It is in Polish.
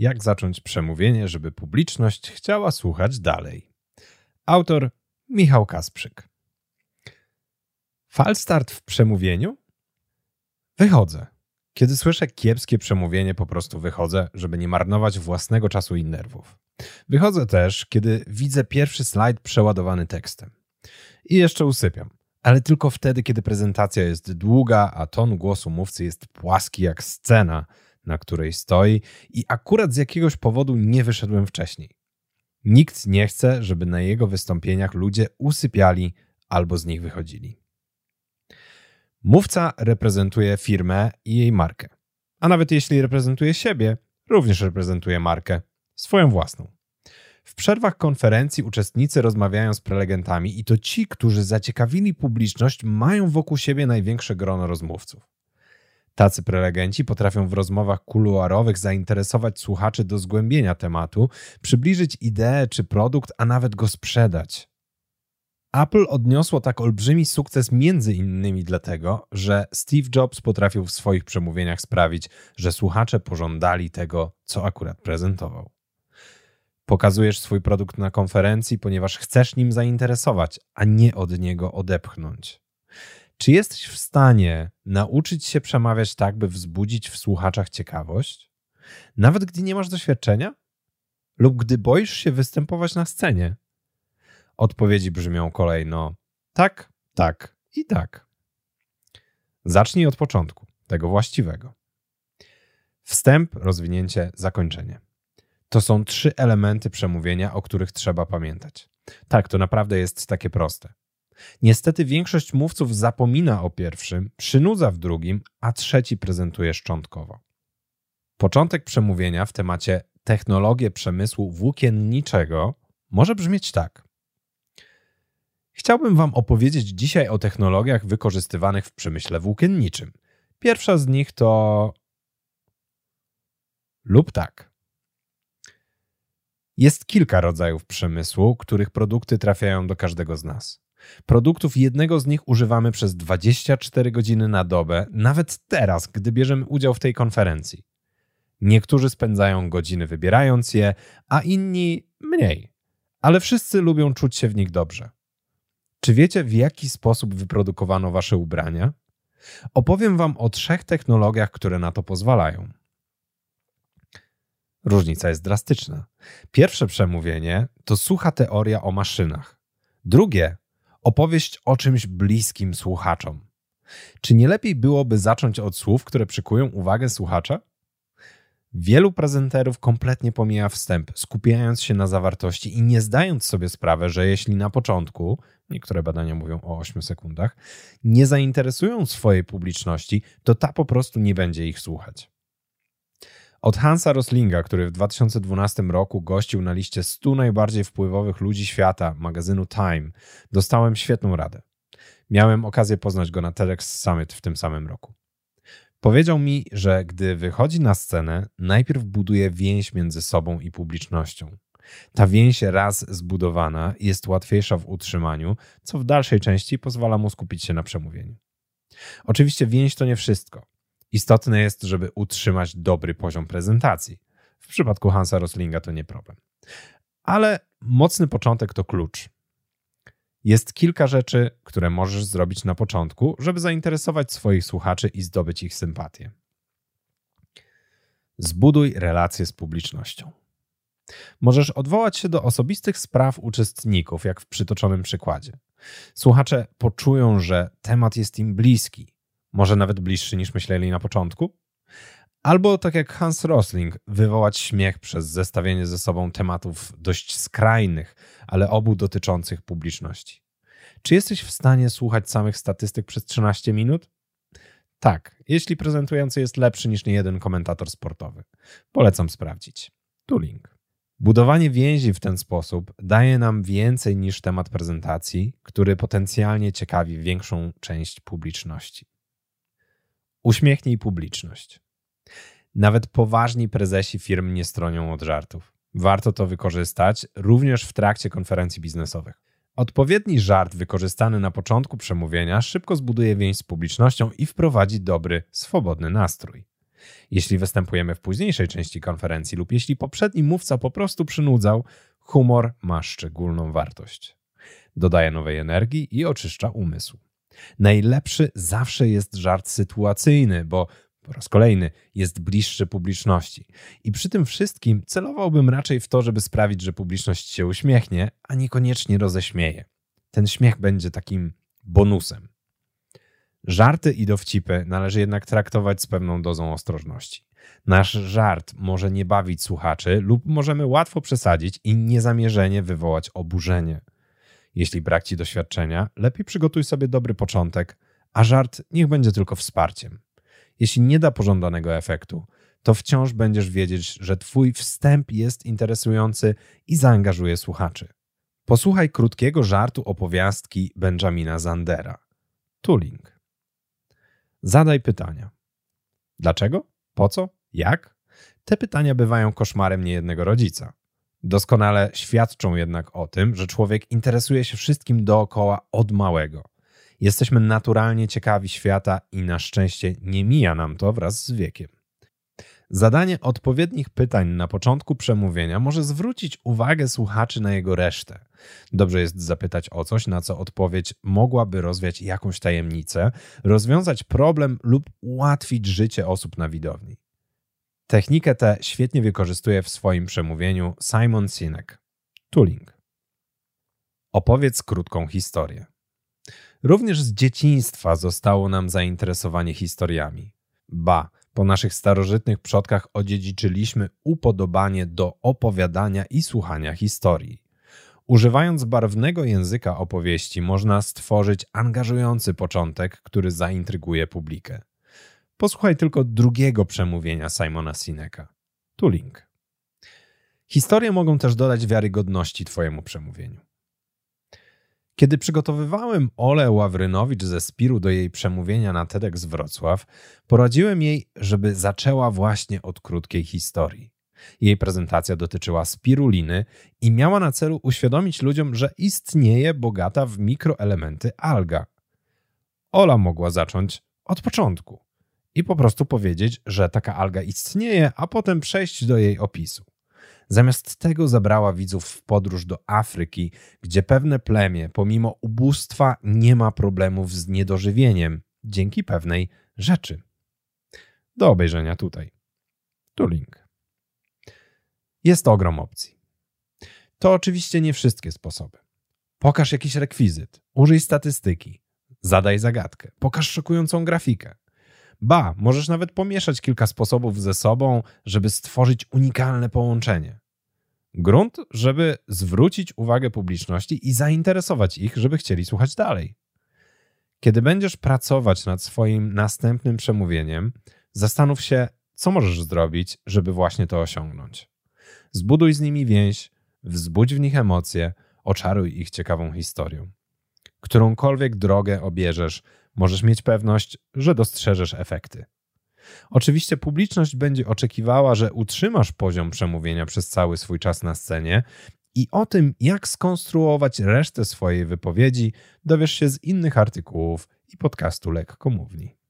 Jak zacząć przemówienie, żeby publiczność chciała słuchać dalej. Autor Michał Kasprzyk. Falstart w przemówieniu? Wychodzę. Kiedy słyszę kiepskie przemówienie, po prostu wychodzę, żeby nie marnować własnego czasu i nerwów. Wychodzę też, kiedy widzę pierwszy slajd przeładowany tekstem. I jeszcze usypiam. Ale tylko wtedy, kiedy prezentacja jest długa, a ton głosu mówcy jest płaski jak scena, na której stoi i akurat z jakiegoś powodu nie wyszedłem wcześniej. Nikt nie chce, żeby na jego wystąpieniach ludzie usypiali albo z nich wychodzili. Mówca reprezentuje firmę i jej markę. A nawet jeśli reprezentuje siebie, również reprezentuje markę, swoją własną. W przerwach konferencji uczestnicy rozmawiają z prelegentami i to ci, którzy zaciekawili publiczność, mają wokół siebie największe grono rozmówców. Tacy prelegenci potrafią w rozmowach kuluarowych zainteresować słuchaczy do zgłębienia tematu, przybliżyć ideę czy produkt, a nawet go sprzedać. Apple odniosło tak olbrzymi sukces między innymi dlatego, że Steve Jobs potrafił w swoich przemówieniach sprawić, że słuchacze pożądali tego, co akurat prezentował. Pokazujesz swój produkt na konferencji, ponieważ chcesz nim zainteresować, a nie od niego odepchnąć. Czy jesteś w stanie nauczyć się przemawiać tak, by wzbudzić w słuchaczach ciekawość? Nawet gdy nie masz doświadczenia? Lub gdy boisz się występować na scenie? Odpowiedzi brzmią kolejno tak, tak i tak. Zacznij od początku, tego właściwego. Wstęp, rozwinięcie, zakończenie. To są 3 elementy przemówienia, o których trzeba pamiętać. Tak, to naprawdę jest takie proste. Niestety większość mówców zapomina o pierwszym, przynudza w drugim, a trzeci prezentuje szczątkowo. Początek przemówienia w temacie technologie przemysłu włókienniczego może brzmieć tak. Chciałbym Wam opowiedzieć dzisiaj o technologiach wykorzystywanych w przemyśle włókienniczym. Pierwsza z nich to... lub tak. Jest kilka rodzajów przemysłu, których produkty trafiają do każdego z nas. Produktów jednego z nich używamy przez 24 godziny na dobę, nawet teraz, gdy bierzemy udział w tej konferencji. Niektórzy spędzają godziny wybierając je, a inni mniej. Ale wszyscy lubią czuć się w nich dobrze. Czy wiecie, w jaki sposób wyprodukowano wasze ubrania? Opowiem wam o 3 technologiach, które na to pozwalają. Różnica jest drastyczna. Pierwsze przemówienie to sucha teoria o maszynach. Drugie opowieść o czymś bliskim słuchaczom. Czy nie lepiej byłoby zacząć od słów, które przykują uwagę słuchacza? Wielu prezenterów kompletnie pomija wstęp, skupiając się na zawartości i nie zdając sobie sprawy, że jeśli na początku, niektóre badania mówią o 8 sekundach, nie zainteresują swojej publiczności, to ta po prostu nie będzie ich słuchać. Od Hansa Roslinga, który w 2012 roku gościł na liście 100 najbardziej wpływowych ludzi świata magazynu Time, dostałem świetną radę. Miałem okazję poznać go na TEDx Summit w tym samym roku. Powiedział mi, że gdy wychodzi na scenę, najpierw buduje więź między sobą i publicznością. Ta więź raz zbudowana jest łatwiejsza w utrzymaniu, co w dalszej części pozwala mu skupić się na przemówieniu. Oczywiście więź to nie wszystko. Istotne jest, żeby utrzymać dobry poziom prezentacji. W przypadku Hansa Roslinga to nie problem. Ale mocny początek to klucz. Jest kilka rzeczy, które możesz zrobić na początku, żeby zainteresować swoich słuchaczy i zdobyć ich sympatię. Zbuduj relacje z publicznością. Możesz odwołać się do osobistych spraw uczestników, jak w przytoczonym przykładzie. Słuchacze poczują, że temat jest im bliski, może nawet bliższy niż myśleli na początku. Albo, tak jak Hans Rosling, wywołać śmiech przez zestawienie ze sobą tematów dość skrajnych, ale obu dotyczących publiczności. Czy jesteś w stanie słuchać samych statystyk przez 13 minut? Tak, jeśli prezentujący jest lepszy niż niejeden komentator sportowy. Polecam sprawdzić. Tu link. Budowanie więzi w ten sposób daje nam więcej niż temat prezentacji, który potencjalnie ciekawi większą część publiczności. Uśmiechnij publiczność. Nawet poważni prezesi firm nie stronią od żartów. Warto to wykorzystać również w trakcie konferencji biznesowych. Odpowiedni żart wykorzystany na początku przemówienia szybko zbuduje więź z publicznością i wprowadzi dobry, swobodny nastrój. Jeśli występujemy w późniejszej części konferencji lub jeśli poprzedni mówca po prostu przynudzał, humor ma szczególną wartość. Dodaje nowej energii i oczyszcza umysł. Najlepszy zawsze jest żart sytuacyjny, bo po raz kolejny jest bliższy publiczności. I przy tym wszystkim celowałbym raczej w to, żeby sprawić, że publiczność się uśmiechnie, a niekoniecznie roześmieje. Ten śmiech będzie takim bonusem. Żarty i dowcipy należy jednak traktować z pewną dozą ostrożności. Nasz żart może nie bawić słuchaczy lub możemy łatwo przesadzić i niezamierzenie wywołać oburzenie. Jeśli brak ci doświadczenia, lepiej przygotuj sobie dobry początek, a żart niech będzie tylko wsparciem. Jeśli nie da pożądanego efektu, to wciąż będziesz wiedzieć, że twój wstęp jest interesujący i zaangażuje słuchaczy. Posłuchaj krótkiego żartu opowiastki Benjamina Zandera. Turing. Zadaj pytania. Dlaczego? Po co? Jak? Te pytania bywają koszmarem niejednego rodzica. Doskonale świadczą jednak o tym, że człowiek interesuje się wszystkim dookoła od małego. Jesteśmy naturalnie ciekawi świata i na szczęście nie mija nam to wraz z wiekiem. Zadanie odpowiednich pytań na początku przemówienia może zwrócić uwagę słuchaczy na jego resztę. Dobrze jest zapytać o coś, na co odpowiedź mogłaby rozwiać jakąś tajemnicę, rozwiązać problem lub ułatwić życie osób na widowni. Technikę tę świetnie wykorzystuje w swoim przemówieniu Simon Sinek. Turing. Opowiedz krótką historię. Również z dzieciństwa zostało nam zainteresowanie historiami. Po naszych starożytnych przodkach odziedziczyliśmy upodobanie do opowiadania i słuchania historii. Używając barwnego języka opowieści można stworzyć angażujący początek, który zaintryguje publikę. Posłuchaj tylko drugiego przemówienia Simona Sineka. Turing. Historie mogą też dodać wiarygodności twojemu przemówieniu. Kiedy przygotowywałem Olę Ławrynowicz ze Spiru do jej przemówienia na TEDx Wrocław, poradziłem jej, żeby zaczęła właśnie od krótkiej historii. Jej prezentacja dotyczyła spiruliny i miała na celu uświadomić ludziom, że istnieje bogata w mikroelementy alga. Ola mogła zacząć od początku i po prostu powiedzieć, że taka alga istnieje, a potem przejść do jej opisu. Zamiast tego zabrała widzów w podróż do Afryki, gdzie pewne plemię, pomimo ubóstwa, nie ma problemów z niedożywieniem dzięki pewnej rzeczy. Do obejrzenia tutaj. Turing. Jest ogrom opcji. To oczywiście nie wszystkie sposoby. Pokaż jakiś rekwizyt, użyj statystyki, zadaj zagadkę, pokaż szokującą grafikę. Możesz nawet pomieszać kilka sposobów ze sobą, żeby stworzyć unikalne połączenie. Grunt, żeby zwrócić uwagę publiczności i zainteresować ich, żeby chcieli słuchać dalej. Kiedy będziesz pracować nad swoim następnym przemówieniem, zastanów się, co możesz zrobić, żeby właśnie to osiągnąć. Zbuduj z nimi więź, wzbudź w nich emocje, oczaruj ich ciekawą historią. Którąkolwiek drogę obierzesz, możesz mieć pewność, że dostrzeżesz efekty. Oczywiście publiczność będzie oczekiwała, że utrzymasz poziom przemówienia przez cały swój czas na scenie i o tym, jak skonstruować resztę swojej wypowiedzi, dowiesz się z innych artykułów i podcastu Lekkomówni.